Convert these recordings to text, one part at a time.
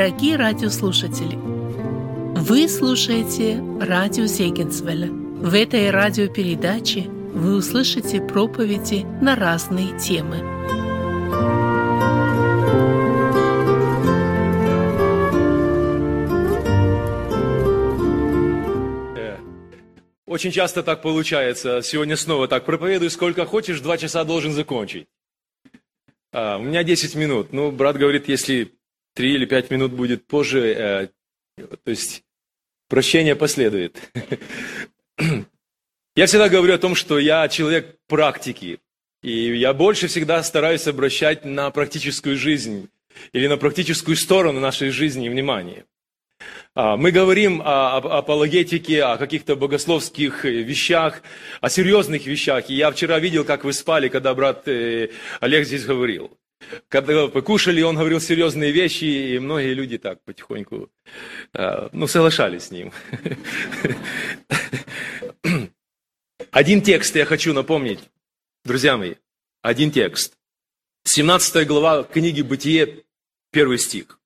Дорогие радиослушатели, вы слушаете радио Зегенсвелля. В этой радиопередаче вы услышите проповеди на разные темы. Очень часто так получается. Сегодня снова так проповедуй, сколько хочешь, 2 часа должен закончить. У меня 10 минут. Ну, брат говорит, если 3 или 5 минут будет позже, то есть прощение последует. Я всегда говорю о том, что я человек практики. И я больше всегда стараюсь обращать на практическую жизнь или на практическую сторону нашей жизни внимание. Мы говорим о апологетике, о каких-то богословских вещах, о серьезных вещах. И я вчера видел, как вы спали, когда брат Олег здесь говорил. Когда покушали, он говорил серьезные вещи, и многие люди так потихоньку, соглашались с ним. Один текст я хочу напомнить, друзья мои. Один текст. 17 глава книги «Бытие», 1 стих.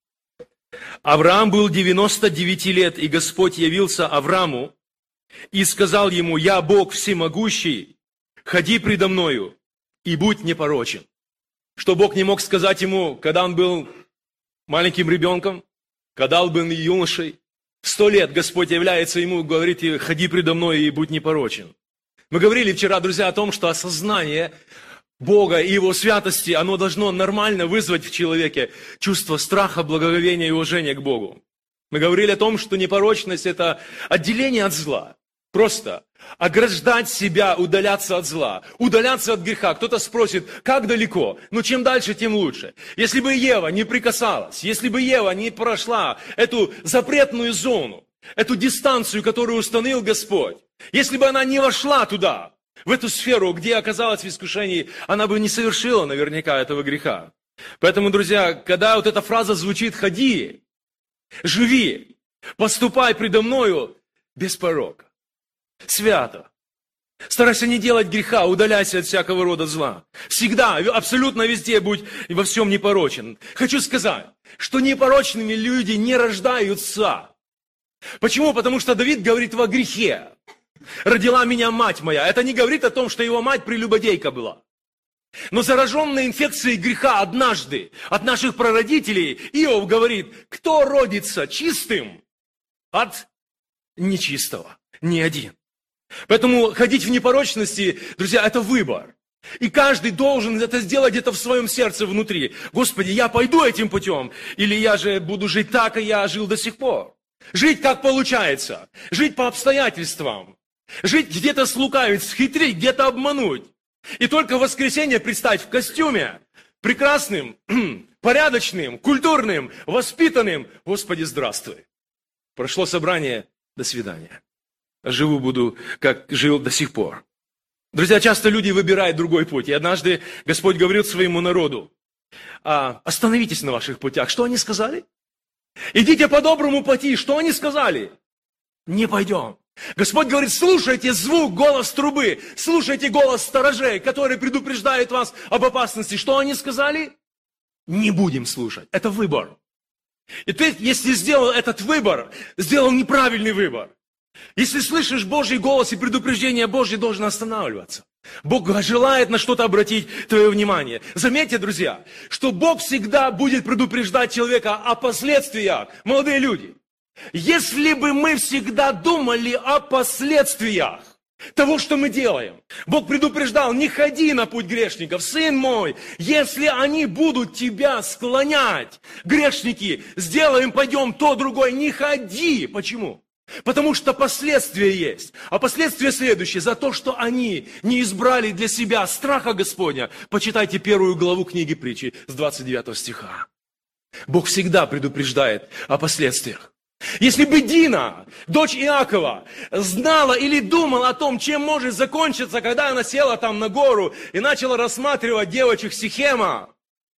Авраам был 99 лет, и Господь явился Аврааму и сказал ему: «Я Бог всемогущий, ходи предо мною и будь непорочен». Что Бог не мог сказать ему, когда он был маленьким ребенком, когда он был юношей. 100 лет Господь является ему, говорит: «Ходи предо мной и будь непорочен». Мы говорили вчера, друзья, о том, что осознание Бога и Его святости, оно должно нормально вызвать в человеке чувство страха, благоговения и уважения к Богу. Мы говорили о том, что непорочность – это отделение от зла. Просто ограждать себя, удаляться от зла, удаляться от греха. Кто-то спросит, как далеко? Чем дальше, тем лучше. Если бы Ева не прикасалась, если бы Ева не прошла эту запретную зону, эту дистанцию, которую установил Господь, если бы она не вошла туда, в эту сферу, где оказалась в искушении, она бы не совершила наверняка этого греха. Поэтому, друзья, когда вот эта фраза звучит: «Ходи, живи, поступай предо мною без порока, свято». Старайся не делать греха, удаляйся от всякого рода зла. Всегда, абсолютно везде будь во всем непорочен. Хочу сказать, что непорочными люди не рождаются. Почему? Потому что Давид говорит: «Во грехе родила меня мать моя». Это не говорит о том, что его мать прелюбодейка была. Но зараженная инфекцией греха однажды от наших прародителей, Иов говорит: кто родится чистым от нечистого? Ни один. Поэтому ходить в непорочности, друзья, это выбор. И каждый должен это сделать где-то в своем сердце внутри. Господи, я пойду этим путем, или я же буду жить так, как я жил до сих пор. Жить как получается, жить по обстоятельствам. Жить где-то слукавить, схитрить, где-то обмануть. И только в воскресенье предстать в костюме, прекрасным, порядочным, культурным, воспитанным. Господи, здравствуй. Прошло собрание, до свидания. Живу буду, как жил до сих пор. Друзья, часто люди выбирают другой путь. И однажды Господь говорил своему народу: остановитесь на ваших путях. Что они сказали? Идите по доброму пути. Что они сказали? Не пойдем. Господь говорит: слушайте звук, голос трубы, слушайте голос сторожей, которые предупреждают вас об опасности. Что они сказали? Не будем слушать. Это выбор. И ты, если сделал этот выбор, сделал неправильный выбор. Если слышишь Божий голос и предупреждение Божье, должен останавливаться. Бог желает на что-то обратить твое внимание. Заметьте, друзья, что Бог всегда будет предупреждать человека о последствиях. Молодые люди, если бы мы всегда думали о последствиях того, что мы делаем. Бог предупреждал: не ходи на путь грешников, сын мой, если они будут тебя склонять, грешники, сделаем, пойдем, то, другое, не ходи. Почему? Потому что последствия есть. А последствия следующие: за то, что они не избрали для себя страха Господня. Почитайте 1 главу книги Притчи с 29 стиха. Бог всегда предупреждает о последствиях. Если бы Дина, дочь Иакова, знала или думала о том, чем может закончиться, когда она села там на гору и начала рассматривать девочек Сихема,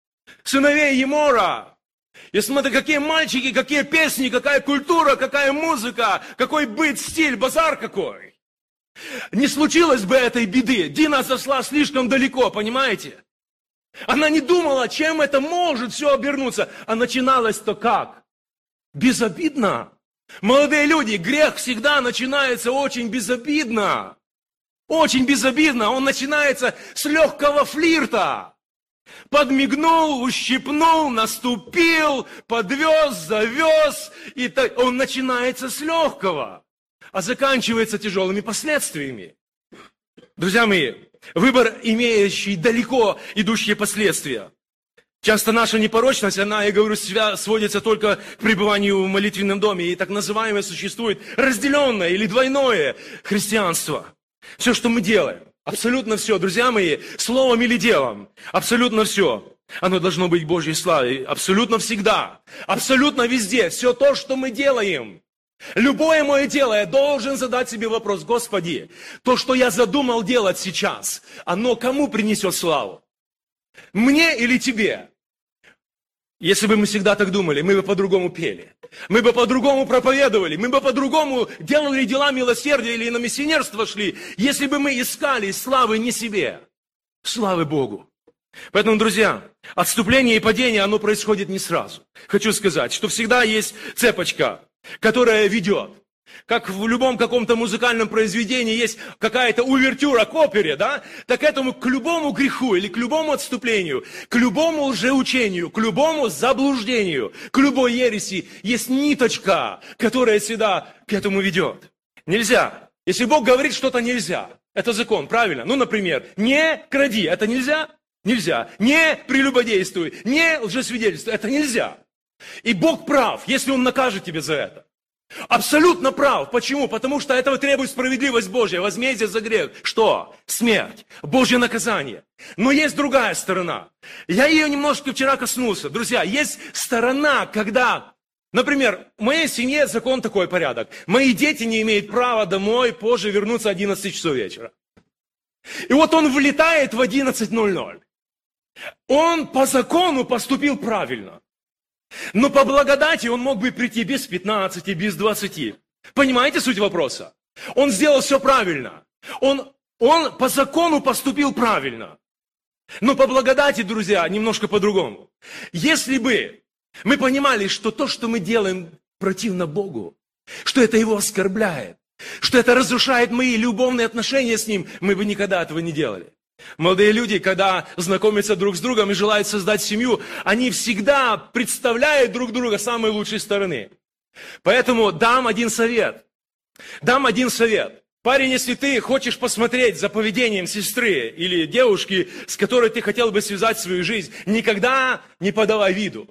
сыновей Емора, и смотри, какие мальчики, какие песни, какая культура, какая музыка, какой быт, стиль, базар какой. Не случилось бы этой беды. Дина зашла слишком далеко, понимаете? Она не думала, чем это может все обернуться. А начиналось-то как? Безобидно. Молодые люди, грех всегда начинается очень безобидно. Очень безобидно. Он начинается с легкого флирта. Подмигнул, ущипнул, наступил, подвез, завез. И так, он начинается с легкого, а заканчивается тяжелыми последствиями. Друзья мои, выбор, имеющий далеко идущие последствия. Часто наша непорочность, она, я говорю, сводится только к пребыванию в молитвенном доме. И так называемое существует разделенное или двойное христианство. Все, что мы делаем, абсолютно все, друзья мои, словом или делом, абсолютно все, оно должно быть Божьей славой, абсолютно всегда, абсолютно везде. Все то, что мы делаем, любое мое дело, я должен задать себе вопрос: Господи, то, что я задумал делать сейчас, оно кому принесет славу? Мне или тебе? Если бы мы всегда так думали, мы бы по-другому пели, мы бы по-другому проповедовали, мы бы по-другому делали дела милосердия или на миссионерство шли, если бы мы искали славы не себе, славы Богу. Поэтому, друзья, отступление и падение, оно происходит не сразу. Хочу сказать, что всегда есть цепочка, которая ведет. Как в любом каком-то музыкальном произведении есть какая-то увертюра к опере, да? Так этому к любому греху или к любому отступлению, к любому лжеучению, к любому заблуждению, к любой ереси есть ниточка, которая всегда к этому ведет. Нельзя. Если Бог говорит, что-то нельзя, это закон, правильно? Ну, например, не кради, это нельзя? Нельзя. Не прелюбодействуй, не лжесвидетельствуй, это нельзя. И Бог прав, если Он накажет тебя за это. Абсолютно прав. Почему? Потому что этого требует справедливость Божья, возмездие за грех. Что? Смерть. Божье наказание. Но есть другая сторона. Я ее немножко вчера коснулся. Друзья, есть сторона, когда, например, в моей семье закон такой порядок. Мои дети не имеют права домой позже вернуться 11 часов вечера. И вот он влетает в 11:00. Он по закону поступил правильно. Но по благодати он мог бы прийти без 15, без 20. Понимаете суть вопроса? Он сделал все правильно. Он по закону поступил правильно. Но по благодати, друзья, немножко по-другому. Если бы мы понимали, что то, что мы делаем, противно Богу, что это Его оскорбляет, что это разрушает мои любовные отношения с Ним, мы бы никогда этого не делали. Молодые люди, когда знакомятся друг с другом и желают создать семью, они всегда представляют друг друга с самой лучшей стороны. Поэтому дам один совет. Парень, если ты хочешь посмотреть за поведением сестры или девушки, с которой ты хотел бы связать свою жизнь, никогда не подавай виду,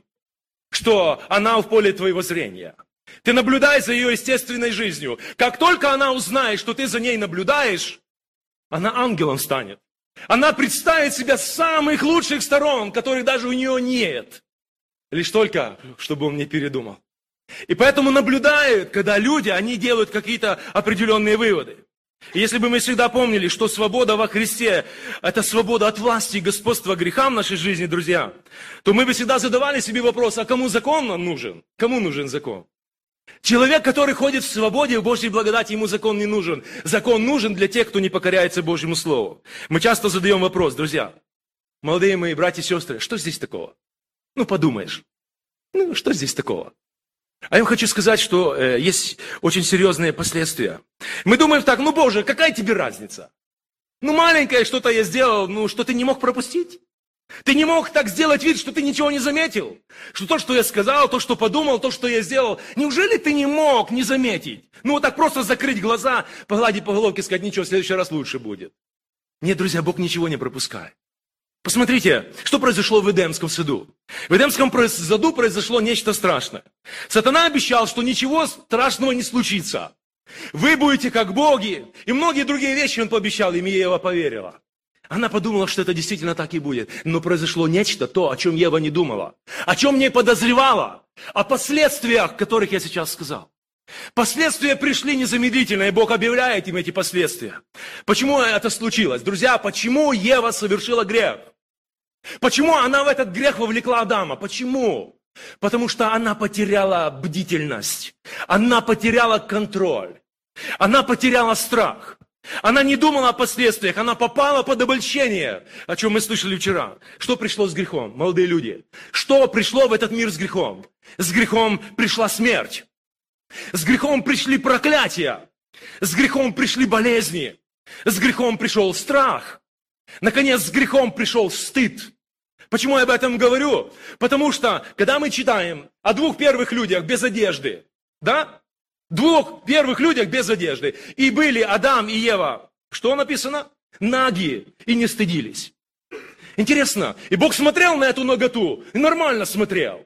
что она в поле твоего зрения. Ты наблюдай за ее естественной жизнью. Как только она узнает, что ты за ней наблюдаешь, она ангелом станет. Она представит себя с самых лучших сторон, которых даже у нее нет. Лишь только, чтобы он не передумал. И поэтому наблюдают, когда люди, они делают какие-то определенные выводы. И если бы мы всегда помнили, что свобода во Христе – это свобода от власти и господства греха в нашей жизни, друзья, то мы бы всегда задавали себе вопрос: а кому закон нам нужен? Кому нужен закон? Человек, который ходит в свободе, в Божьей благодати, ему закон не нужен. Закон нужен для тех, кто не покоряется Божьему Слову. Мы часто задаем вопрос: друзья, молодые мои братья и сестры, что здесь такого? Ну, подумаешь, что здесь такого? А я вам хочу сказать, что есть очень серьезные последствия. Мы думаем так: Боже, какая тебе разница? Маленькое что-то я сделал, что ты не мог пропустить? Ты не мог так сделать вид, что ты ничего не заметил? Что то, что я сказал, то, что подумал, то, что я сделал, неужели ты не мог не заметить? Вот так просто закрыть глаза, погладить по головке и сказать: ничего, в следующий раз лучше будет. Нет, друзья, Бог ничего не пропускает. Посмотрите, что произошло в Эдемском саду. В Эдемском саду произошло нечто страшное. Сатана обещал, что ничего страшного не случится. Вы будете как боги. И многие другие вещи он пообещал, и Ева поверила. Она подумала, что это действительно так и будет. Но произошло нечто, то, о чем Ева не думала. О чем не подозревала. О последствиях, которых я сейчас сказал. Последствия пришли незамедлительно, и Бог объявляет им эти последствия. Почему это случилось? Друзья, почему Ева совершила грех? Почему она в этот грех вовлекла Адама? Почему? Потому что она потеряла бдительность. Она потеряла контроль. Она потеряла страх. Она не думала о последствиях, она попала под обольщение, о чем мы слышали вчера. Что пришло с грехом, молодые люди? Что пришло в этот мир с грехом? С грехом пришла смерть. С грехом пришли проклятия. С грехом пришли болезни. С грехом пришел страх. Наконец, с грехом пришел стыд. Почему я об этом говорю? Потому что, когда мы читаем о двух первых людях без одежды, да? Двух первых людях без одежды. И были Адам и Ева. Что написано? Наги. И не стыдились. Интересно. И Бог смотрел на эту наготу. И нормально смотрел.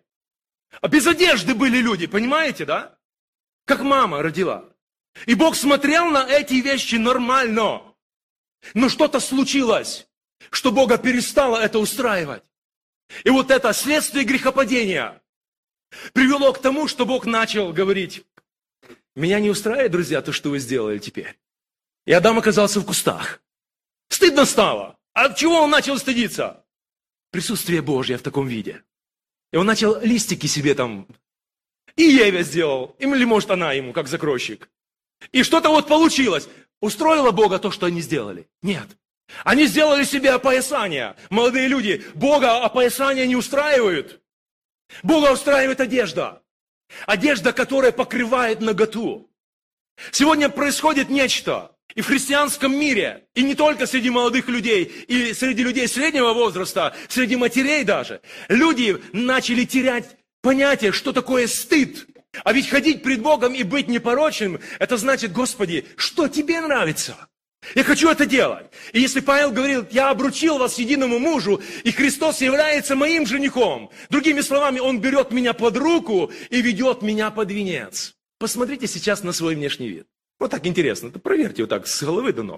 А без одежды были люди. Понимаете, да? Как мама родила. И Бог смотрел на эти вещи нормально. Но что-то случилось, что Бога перестало это устраивать. И вот это следствие грехопадения привело к тому, что Бог начал говорить: меня не устраивает, друзья, то, что вы сделали теперь. И Адам оказался в кустах. Стыдно стало. А от чего он начал стыдиться? Присутствие Божье в таком виде. И он начал листики себе там, и Еве сделал, или может она ему, как закройщик. И что-то вот получилось. Устроило Бога то, что они сделали? Нет. Они сделали себе опоясание. Молодые люди, Бога опоясание не устраивают. Бога устраивает одежда. Одежда, которая покрывает наготу. Сегодня происходит нечто и в христианском мире, и не только среди молодых людей, и среди людей среднего возраста, среди матерей даже. Люди начали терять понятие, что такое стыд. А ведь ходить пред Богом и быть непорочным, это значит: Господи, что тебе нравится? Я хочу это делать. И если Павел говорил: я обручил вас единому мужу, и Христос является моим женихом. Другими словами, Он берет меня под руку и ведет меня под венец. Посмотрите сейчас на свой внешний вид. Вот так интересно. Проверьте вот так с головы до ног.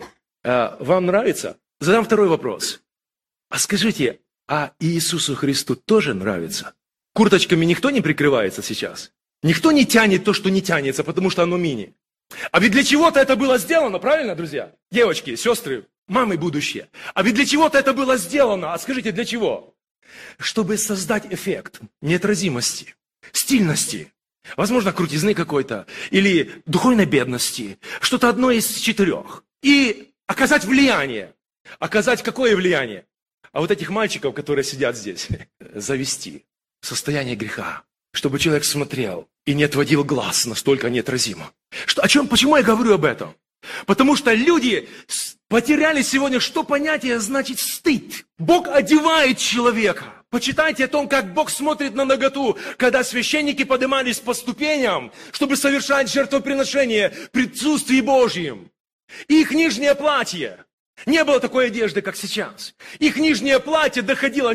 Вам нравится? Задам второй вопрос. А скажите, а Иисусу Христу тоже нравится? Курточками никто не прикрывается сейчас? Никто не тянет то, что не тянется, потому что оно мини. А ведь для чего-то это было сделано, правильно, друзья? Девочки, сестры, мамы будущие. А ведь для чего-то это было сделано. А скажите, для чего? Чтобы создать эффект неотразимости, стильности, возможно, крутизны какой-то, или духовной бедности, что-то одно из четырех. И оказать влияние. Оказать какое влияние? А вот этих мальчиков, которые сидят здесь, завести в состояние греха. Чтобы человек смотрел и не отводил глаз, настолько неотразимо. Почему я говорю об этом? Потому что люди потеряли сегодня, что понятие значит стыд. Бог одевает человека. Почитайте о том, как Бог смотрит на наготу, когда священники поднимались по ступеням, чтобы совершать жертвоприношение в присутствии Божьем. Их нижнее платье. Не было такой одежды, как сейчас. Их нижнее платье доходило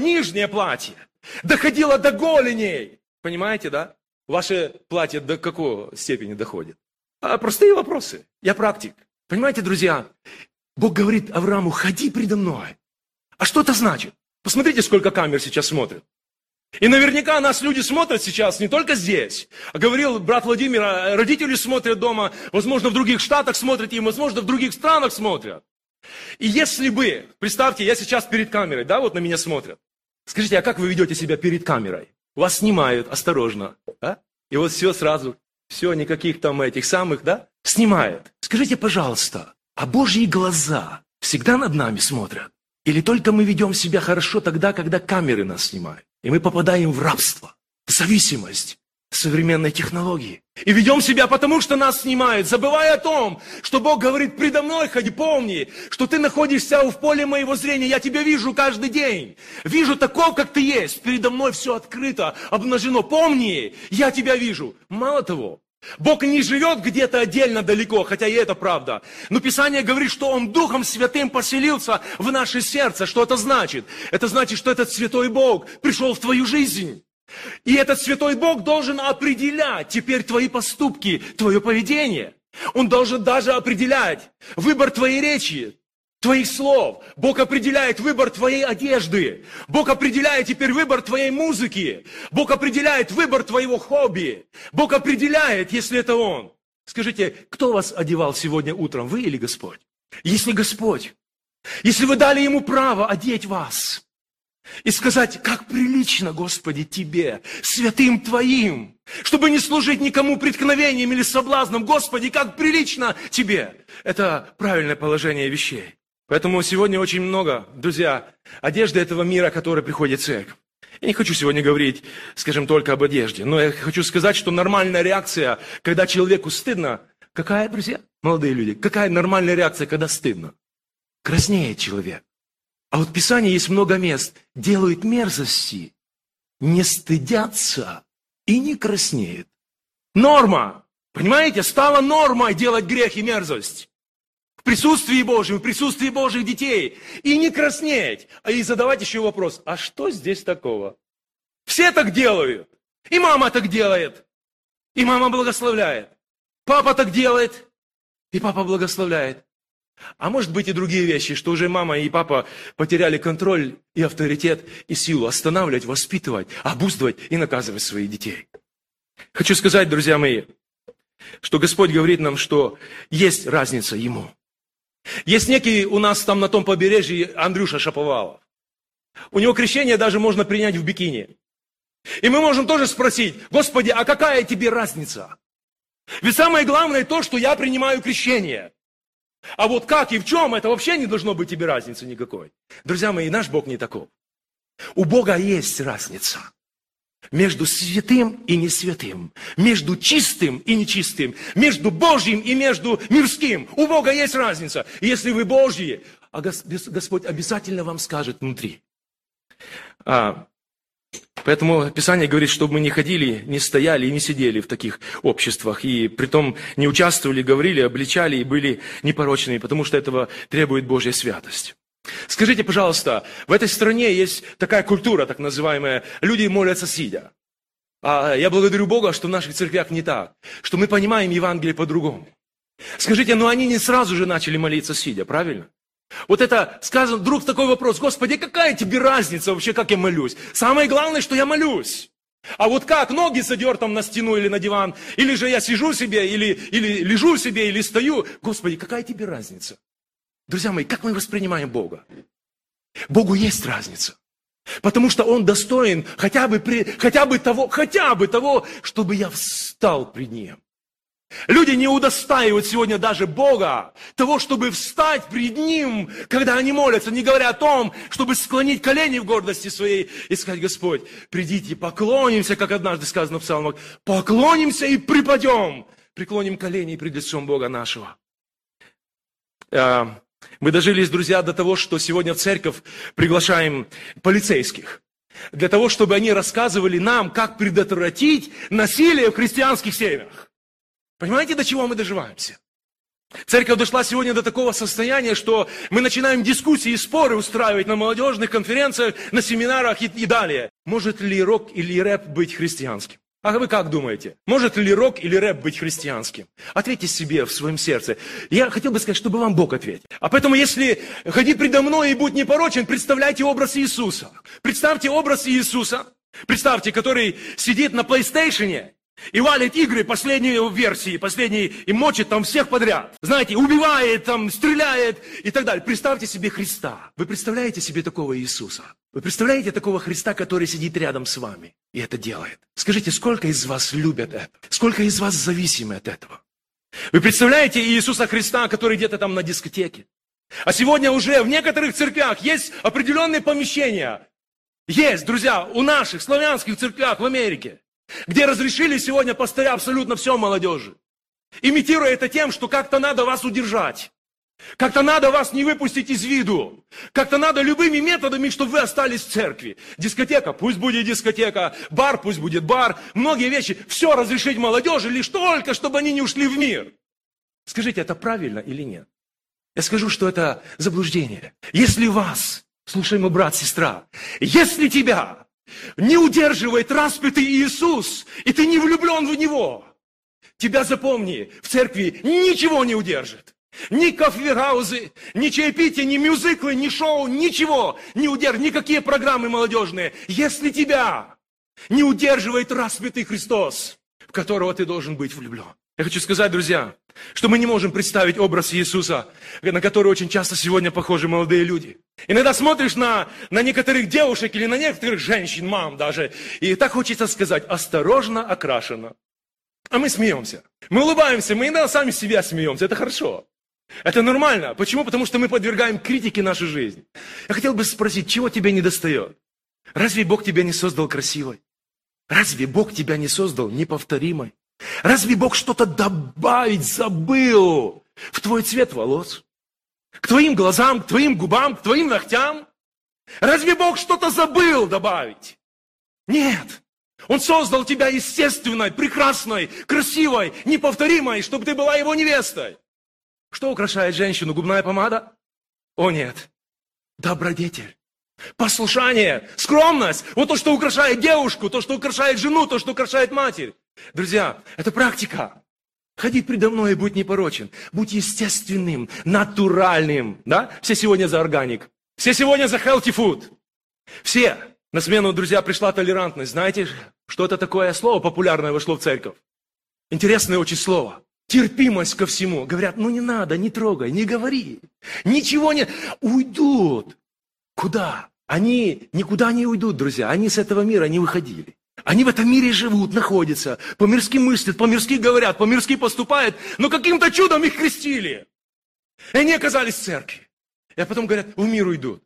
до голеней. Понимаете, да? Ваше платье до какой степени доходит? Простые вопросы. Я практик. Понимаете, друзья? Бог говорит Аврааму: ходи предо мной. А что это значит? Посмотрите, сколько камер сейчас смотрят. И наверняка нас люди смотрят сейчас не только здесь. Говорил брат Владимир, родители смотрят дома, возможно, в других штатах смотрят, и, возможно, в других странах смотрят. И если бы, представьте, я сейчас перед камерой, да, вот на меня смотрят. Скажите, а как вы ведете себя перед камерой? Вас снимают, осторожно, да? И вот все сразу, все, никаких там этих самых, да? Снимают. Скажите, пожалуйста, а Божьи глаза всегда над нами смотрят? Или только мы ведем себя хорошо тогда, когда камеры нас снимают? И мы попадаем в рабство, в зависимость современной технологии. И ведем себя потому, что нас снимают, забывая о том, что Бог говорит: предо мной ходи, помни, что ты находишься в поле моего зрения, я тебя вижу каждый день. Вижу таков, как ты есть, передо мной все открыто, обнажено. Помни, я тебя вижу. Мало того, Бог не живет где-то отдельно далеко, хотя и это правда. Но Писание говорит, что Он Духом Святым поселился в наше сердце. Что это значит? Это значит, что этот Святой Бог пришел в твою жизнь. И этот Святой Бог должен определять теперь твои поступки, твое поведение. Он должен даже определять выбор твоей речи, твоих слов. Бог определяет выбор твоей одежды. Бог определяет теперь выбор твоей музыки. Бог определяет выбор твоего хобби. Бог определяет, если это Он. Скажите, кто вас одевал сегодня утром, вы или Господь? Если Господь, если вы дали Ему право одеть вас, И сказать, как прилично, Господи, Тебе, святым Твоим, чтобы не служить никому преткновением или соблазном. Господи, как прилично Тебе. Это правильное положение вещей. Поэтому сегодня очень много, друзья, одежды этого мира, которая приходит в церковь. Я не хочу сегодня говорить, скажем, только об одежде, но я хочу сказать, что нормальная реакция, когда человеку стыдно, какая, друзья, молодые люди, какая нормальная реакция, когда стыдно? Краснеет человек. А вот в Писании есть много мест, делают мерзости, не стыдятся и не краснеют. Норма, понимаете, стала нормой делать грех и мерзость. В присутствии Божьем, в присутствии Божьих детей. И не краснеть. И задавать еще вопрос, а что здесь такого? Все так делают. И мама так делает. И мама благословляет. Папа так делает. И папа благословляет. А может быть и другие вещи, что уже мама и папа потеряли контроль и авторитет, и силу останавливать, воспитывать, обуздывать и наказывать своих детей. Хочу сказать, друзья мои, что Господь говорит нам, что есть разница Ему. Есть некий у нас там на том побережье Андрюша Шаповалов. У него крещение даже можно принять в бикини. И мы можем тоже спросить, Господи, а какая тебе разница? Ведь самое главное то, что я принимаю крещение. А вот как и в чем, это вообще не должно быть тебе разницы никакой. Друзья мои, наш Бог не таков. У Бога есть разница. Между святым и несвятым. Между чистым и нечистым. Между Божьим и между мирским. У Бога есть разница. И если вы Божьи, а Господь обязательно вам скажет внутри. Поэтому Писание говорит, чтобы мы не ходили, не стояли и не сидели в таких обществах. И притом не участвовали, говорили, обличали и были непорочными, потому что этого требует Божья святость. Скажите, пожалуйста, в этой стране есть такая культура, так называемая, люди молятся сидя. А я благодарю Бога, что в наших церквях не так, что мы понимаем Евангелие по-другому. Скажите, но они не сразу же начали молиться сидя, правильно? Вот это сказано, вдруг такой вопрос, Господи, какая тебе разница вообще, как я молюсь? Самое главное, что я молюсь. А вот как, ноги задер там на стену или на диван, или же я сижу себе, или лежу себе, или стою. Господи, какая тебе разница? Друзья мои, как мы воспринимаем Бога? Богу есть разница. Потому что Он достоин хотя бы того, чтобы я встал пред Ним. Люди не удостаивают сегодня даже Бога того, чтобы встать пред Ним, когда они молятся, не говоря о том, чтобы склонить колени в гордости своей и сказать, Господь, придите, поклонимся, как однажды сказано в псалмах, поклонимся и припадем, преклоним колени пред лицом Бога нашего. Мы дожились, друзья, до того, что сегодня в церковь приглашаем полицейских, для того, чтобы они рассказывали нам, как предотвратить насилие в христианских семьях. Понимаете, до чего мы доживаемся? Церковь дошла сегодня до такого состояния, что мы начинаем дискуссии и споры устраивать на молодежных конференциях, на семинарах и далее. Может ли рок или рэп быть христианским? А вы как думаете? Может ли рок или рэп быть христианским? Ответьте себе в своем сердце. Я хотел бы сказать, чтобы вам Бог ответил. А поэтому, если ходи предо мной и будь непорочен, представляйте образ Иисуса. Представьте образ Иисуса. Представьте, который сидит на PlayStation и валит игры последней версии, и мочит там всех подряд. Знаете, убивает, там, стреляет и так далее. Представьте себе Христа. Вы представляете себе такого Иисуса? Вы представляете такого Христа, который сидит рядом с вами и это делает? Скажите, сколько из вас любят это? Сколько из вас зависимы от этого? Вы представляете Иисуса Христа, который где-то там на дискотеке? А сегодня уже в некоторых церквях есть определенные помещения. Есть, друзья, у наших славянских церквях в Америке, где разрешили сегодня пастыря абсолютно все молодежи. Имитируя это тем, что как-то надо вас удержать. Как-то надо вас не выпустить из виду. Как-то надо любыми методами, чтобы вы остались в церкви. Дискотека, пусть будет дискотека. Бар, пусть будет бар. Многие вещи. Все разрешить молодежи, лишь только, чтобы они не ушли в мир. Скажите, это правильно или нет? Я скажу, что это заблуждение. Если вас, слушай, мой брат, сестра, если тебя не удерживает распятый Иисус, и ты не влюблен в Него, тебя, запомни, в церкви ничего не удержит. Ни кофегаузы, ни чаепитие, ни мюзиклы, ни шоу, ничего не удержит, никакие программы молодежные. Если тебя не удерживает распятый Христос, в которого ты должен быть влюблен. Я хочу сказать, друзья, что мы не можем представить образ Иисуса, на который очень часто сегодня похожи молодые люди. Иногда смотришь на некоторых девушек или на некоторых женщин, мам даже, и так хочется сказать: осторожно окрашено. А мы смеемся. Мы улыбаемся, мы иногда сами себя смеемся. Это хорошо. Это нормально. Почему? Потому что мы подвергаем критике нашу жизнь. Я хотел бы спросить, чего тебе не достает? Разве Бог тебя не создал красивой? Разве Бог тебя не создал неповторимой? Разве Бог что-то добавить забыл в твой цвет волос? К твоим глазам, к твоим губам, к твоим ногтям? Разве Бог что-то забыл добавить? Нет. Он создал тебя естественной, прекрасной, красивой, неповторимой, чтобы ты была его невестой. Что украшает женщину? Губная помада? О нет. Добродетель. Послушание, скромность. Вот то, что украшает девушку, то, что украшает жену, то, что украшает матерь. Друзья, это практика. Ходи предо мной и будь непорочен. Будь естественным, натуральным. Да? Все сегодня за органик. Все сегодня за healthy food. Все. На смену, друзья, пришла толерантность. Знаете, что это такое слово популярное вошло в церковь? Интересное очень слово. Терпимость ко всему. Говорят, ну не надо, не трогай, не говори. Ничего не... Уйдут. Куда? Они никуда не уйдут, друзья. Они с этого мира не выходили. Они в этом мире живут, находятся. По-мирски мыслят, по-мирски говорят, по-мирски поступают. Но каким-то чудом их крестили. И они оказались в церкви. И потом говорят, в мир уйдут.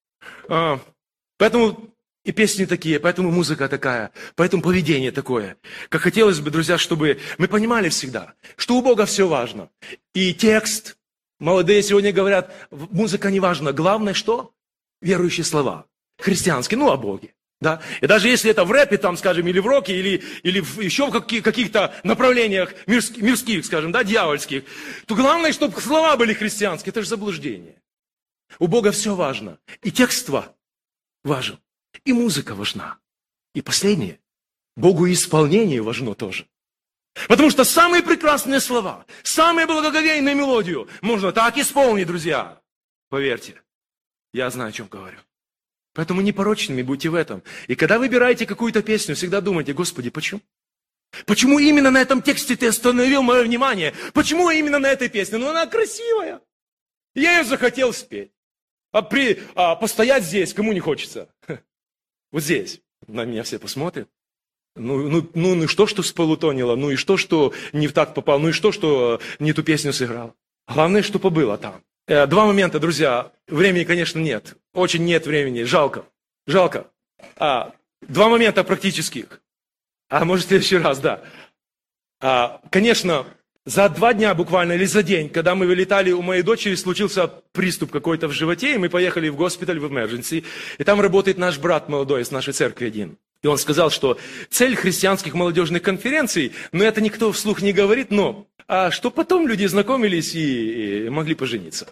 Поэтому и песни такие, поэтому музыка такая, поэтому поведение такое. Как хотелось бы, друзья, чтобы мы понимали всегда, что у Бога все важно. И текст, молодые сегодня говорят, музыка не важна. Главное что? Верующие слова. Христианские, о Боге. Да? И даже если это в рэпе, там, скажем, или в роке, или еще в каких-то направлениях мирских, скажем, да, дьявольских, то главное, чтобы слова были христианские. Это же заблуждение. У Бога все важно. И текст важен. И музыка важна. И последнее. Богу исполнение важно тоже. Потому что самые прекрасные слова, самые благоговейные мелодию можно так исполнить, друзья. Поверьте, я знаю, о чем говорю. Поэтому непорочными будьте в этом. И когда выбираете какую-то песню, всегда думайте, Господи, почему? Почему именно на этом тексте ты остановил мое внимание? Почему именно на этой песне? Ну, она красивая. Я ее захотел спеть. Постоять здесь, кому не хочется? Вот здесь. На меня все посмотрят. Ну и что сполутонило? Ну и что не в так попал? Ну и что не ту песню сыграл? Главное, что побыло там. Два момента, друзья. Времени, конечно, нет. Очень нет времени. Жалко. Два момента практических. Может, в следующий раз, да. Конечно, за 2 дня буквально, или за день, когда мы вылетали, у моей дочери случился приступ какой-то в животе, и мы поехали в госпиталь, в emergency, и там работает наш брат молодой из нашей церкви один. И он сказал, что цель христианских молодежных конференций, это никто вслух не говорит, но что потом люди знакомились и могли пожениться.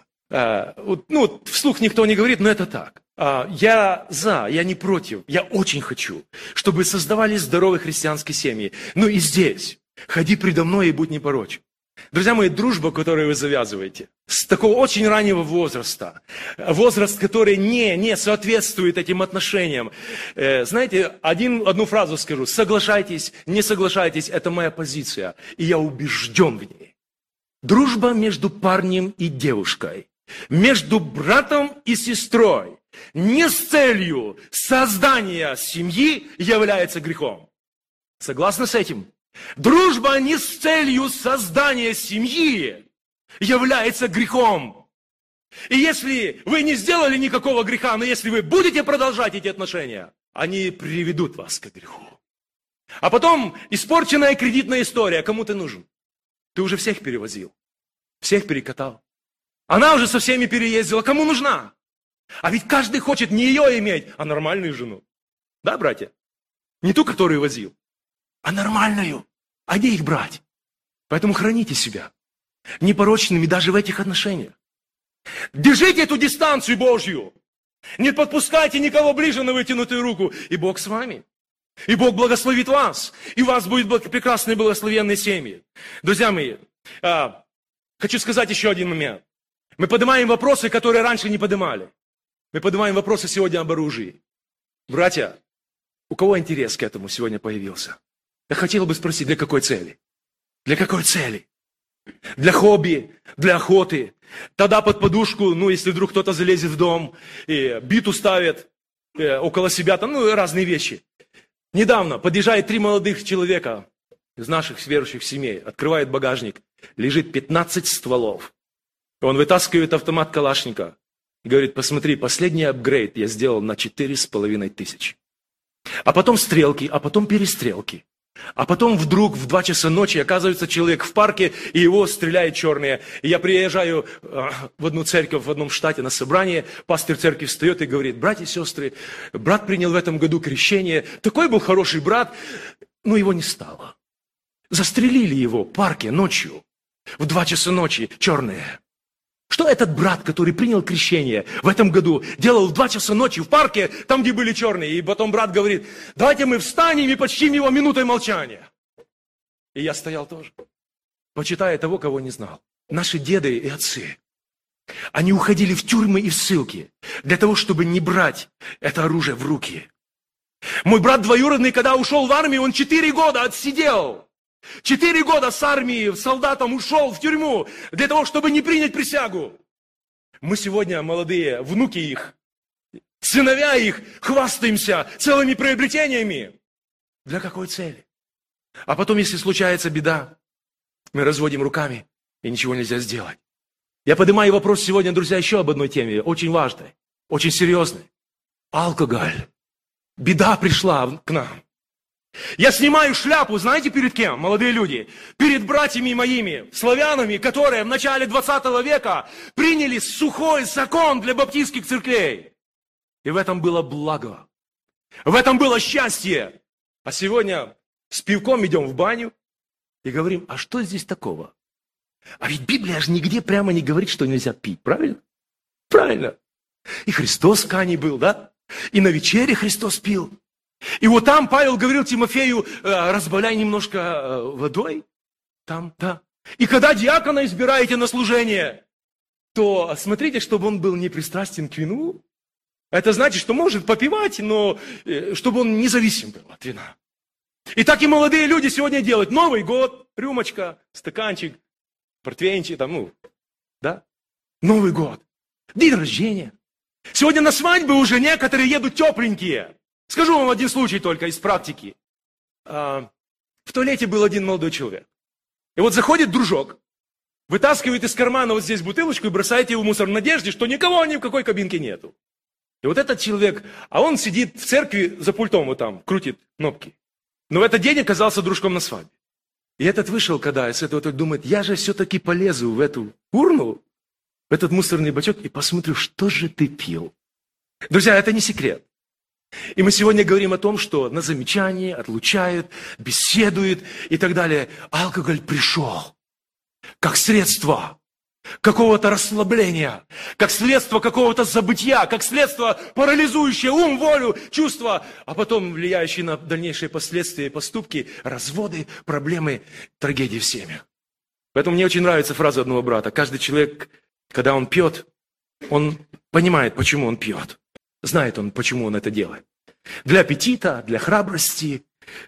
Вслух никто не говорит, но это так. Я не против, я очень хочу, чтобы создавались здоровые христианские семьи. Но и здесь, ходи предо мной и будь непорочен. Друзья мои, дружба, которую вы завязываете, с такого очень раннего возраста, возраст, который не соответствует этим отношениям. Знаете, одну фразу скажу, соглашайтесь, не соглашайтесь, это моя позиция, и я убежден в ней. Дружба между парнем и девушкой, между братом и сестрой, не с целью создания семьи является грехом. Согласны с этим? Дружба не с целью создания семьи является грехом. И если вы не сделали никакого греха, но если вы будете продолжать эти отношения, они приведут вас к греху. А потом испорченная кредитная история. Кому ты нужен? Ты уже всех перевозил, всех перекатал. Она уже со всеми переездила. Кому нужна? А ведь каждый хочет не ее иметь, а нормальную жену. Да, братья? Не ту, которую возил, а нормальную. А где их брать? Поэтому храните себя непорочными даже в этих отношениях. Держите эту дистанцию Божью. Не подпускайте никого ближе на вытянутую руку. И Бог с вами. И Бог благословит вас. И у вас будут прекрасные благословенные семьи. Друзья мои, хочу сказать еще один момент. Мы поднимаем вопросы, которые раньше не поднимали. Мы поднимаем вопросы сегодня об оружии. Братья, у кого интерес к этому сегодня появился? Я хотел бы спросить, для какой цели? Для какой цели? Для хобби, для охоты. Тогда под подушку, если вдруг кто-то залезет в дом, и биту ставит около себя, разные вещи. Недавно подъезжает 3 молодых человека из наших верующих семей, открывает багажник, лежит 15 стволов. Он вытаскивает автомат Калашникова и говорит: посмотри, последний апгрейд я сделал на 4500. А потом стрелки, а потом перестрелки. А потом вдруг в 2 часа ночи оказывается человек в парке, и его стреляют черные. И я приезжаю в одну церковь в одном штате на собрание, пастор церкви встает и говорит: братья и сестры, брат принял в этом году крещение, такой был хороший брат, но его не стало. Застрелили его в парке ночью, в 2 часа ночи, черные. Что этот брат, который принял крещение в этом году, делал в 2 часа ночи в парке, там, где были черные? И потом брат говорит: давайте мы встанем и почтим его минутой молчания. И я стоял тоже, почитая того, кого не знал. Наши деды и отцы, они уходили в тюрьмы и в ссылки для того, чтобы не брать это оружие в руки. Мой брат двоюродный, когда ушел в армию, он 4 года отсидел. 4 года с армии солдатом ушел в тюрьму для того, чтобы не принять присягу. Мы сегодня, молодые, внуки их, сыновья их, хвастаемся целыми приобретениями. Для какой цели? А потом, если случается беда, мы разводим руками, и ничего нельзя сделать. Я поднимаю вопрос сегодня, друзья, еще об одной теме, очень важной, очень серьезной. Алкоголь. Беда пришла к нам. Я снимаю шляпу, знаете, перед кем, молодые люди? Перед братьями моими, славянами, которые в начале 20 века приняли сухой закон для баптистских церквей. И в этом было благо. В этом было счастье. А сегодня с пивком идем в баню и говорим: а что здесь такого? А ведь Библия же нигде прямо не говорит, что нельзя пить, правильно? Правильно. И Христос в Кане был, да? И на вечере Христос пил. И вот там Павел говорил Тимофею: разбавляй немножко водой. Там, да. И когда диакона избираете на служение, то смотрите, чтобы он был не пристрастен к вину. Это значит, что может попивать, но чтобы он независим был от вина. И так и молодые люди сегодня делают. Новый год, рюмочка, стаканчик, портвейнчик, да? Новый год, день рождения. Сегодня на свадьбы уже некоторые едут тепленькие. Скажу вам один случай только из практики. В туалете был один молодой человек. И вот заходит дружок, вытаскивает из кармана вот здесь бутылочку и бросает ее в мусор в надежде, что никого ни в какой кабинке нету. И вот этот человек, а он сидит в церкви за пультом вот там, крутит кнопки. Но в этот день оказался дружком на свадьбе. И этот вышел, когда с этого так думает: я же все-таки полезу в эту урну, в этот мусорный бачок и посмотрю, что же ты пил. Друзья, это не секрет. И мы сегодня говорим о том, что на замечание отлучают, беседуют и так далее. Алкоголь пришел как средство какого-то расслабления, как средство какого-то забытия, как средство, парализующее ум, волю, чувства, а потом влияющее на дальнейшие последствия и поступки, разводы, проблемы, трагедии в семьях. Поэтому мне очень нравится фраза одного брата: каждый человек, когда он пьет, он понимает, почему он пьет. Знает он, почему он это делает. Для аппетита, для храбрости,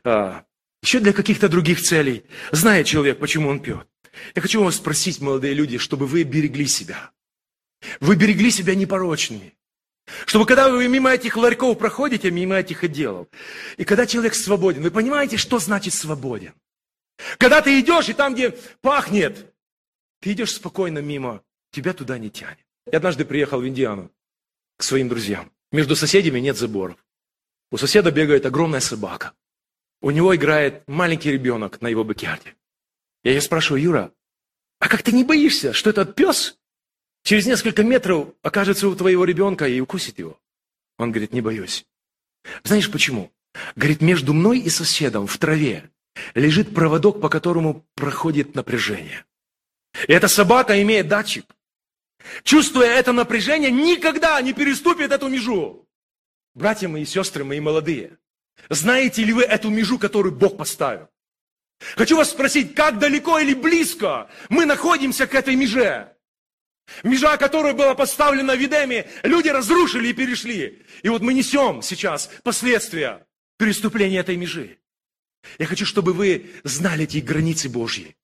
еще для каких-то других целей. Знает человек, почему он пьет. Я хочу вас спросить, молодые люди, чтобы вы берегли себя. Вы берегли себя непорочными. Чтобы когда вы мимо этих ларьков проходите, мимо этих отделов, и когда человек свободен, вы понимаете, что значит свободен? Когда ты идешь, и там, где пахнет, ты идешь спокойно мимо, тебя туда не тянет. Я однажды приехал в Индиану к своим друзьям. Между соседями нет заборов. У соседа бегает огромная собака. У него играет маленький ребенок на его бэкьярде. Я ее спрашиваю: Юра, а как ты не боишься, что этот пес через несколько метров окажется у твоего ребенка и укусит его? Он говорит: не боюсь. Знаешь почему? Говорит: между мной и соседом в траве лежит проводок, по которому проходит напряжение. И эта собака имеет датчик. Чувствуя это напряжение, никогда не переступит эту межу. Братья мои, сестры мои молодые, знаете ли вы эту межу, которую Бог поставил? Хочу вас спросить, как далеко или близко мы находимся к этой меже? Межа, которая была поставлена в Эдеме, люди разрушили и перешли. И вот мы несем сейчас последствия переступления этой межи. Я хочу, чтобы вы знали эти границы Божьи.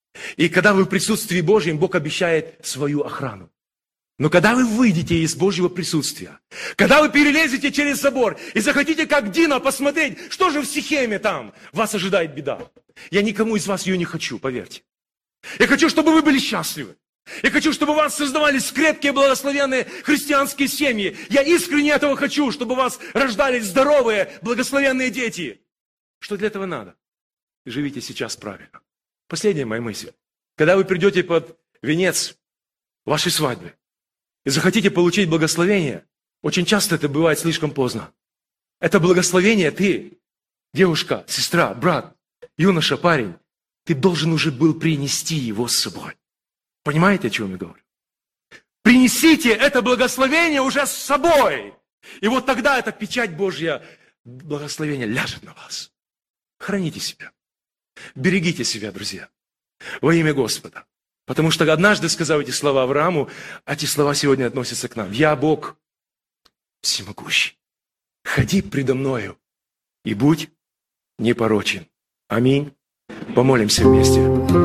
И когда вы в присутствии Божьем, Бог обещает свою охрану. Но когда вы выйдете из Божьего присутствия, когда вы перелезете через забор и захотите, как Дина, посмотреть, что же в Сихеме там, вас ожидает беда. Я никому из вас ее не хочу, поверьте. Я хочу, чтобы вы были счастливы. Я хочу, чтобы у вас создавались крепкие, благословенные христианские семьи. Я искренне этого хочу, чтобы у вас рождались здоровые, благословенные дети. Что для этого надо? Живите сейчас правильно. Последняя моя мысль. Когда вы придете под венец вашей свадьбы и захотите получить благословение, очень часто это бывает слишком поздно. Это благословение ты, девушка, сестра, брат, юноша, парень, ты должен уже был принести его с собой. Понимаете, о чем я говорю? Принесите это благословение уже с собой. И вот тогда эта печать Божья, благословение ляжет на вас. Храните себя. Берегите себя, друзья, во имя Господа. Потому что однажды, сказав эти слова Аврааму, эти слова сегодня относятся к нам. Я Бог всемогущий. Ходи предо мною и будь непорочен. Аминь. Помолимся вместе.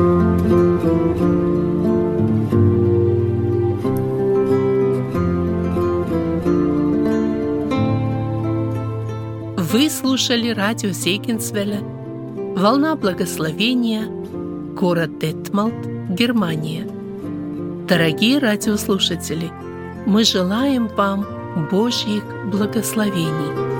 Вы слушали радио Зегенсвелля, «Волна благословения», город Детмалт, Германия. Дорогие радиослушатели, мы желаем вам Божьих благословений.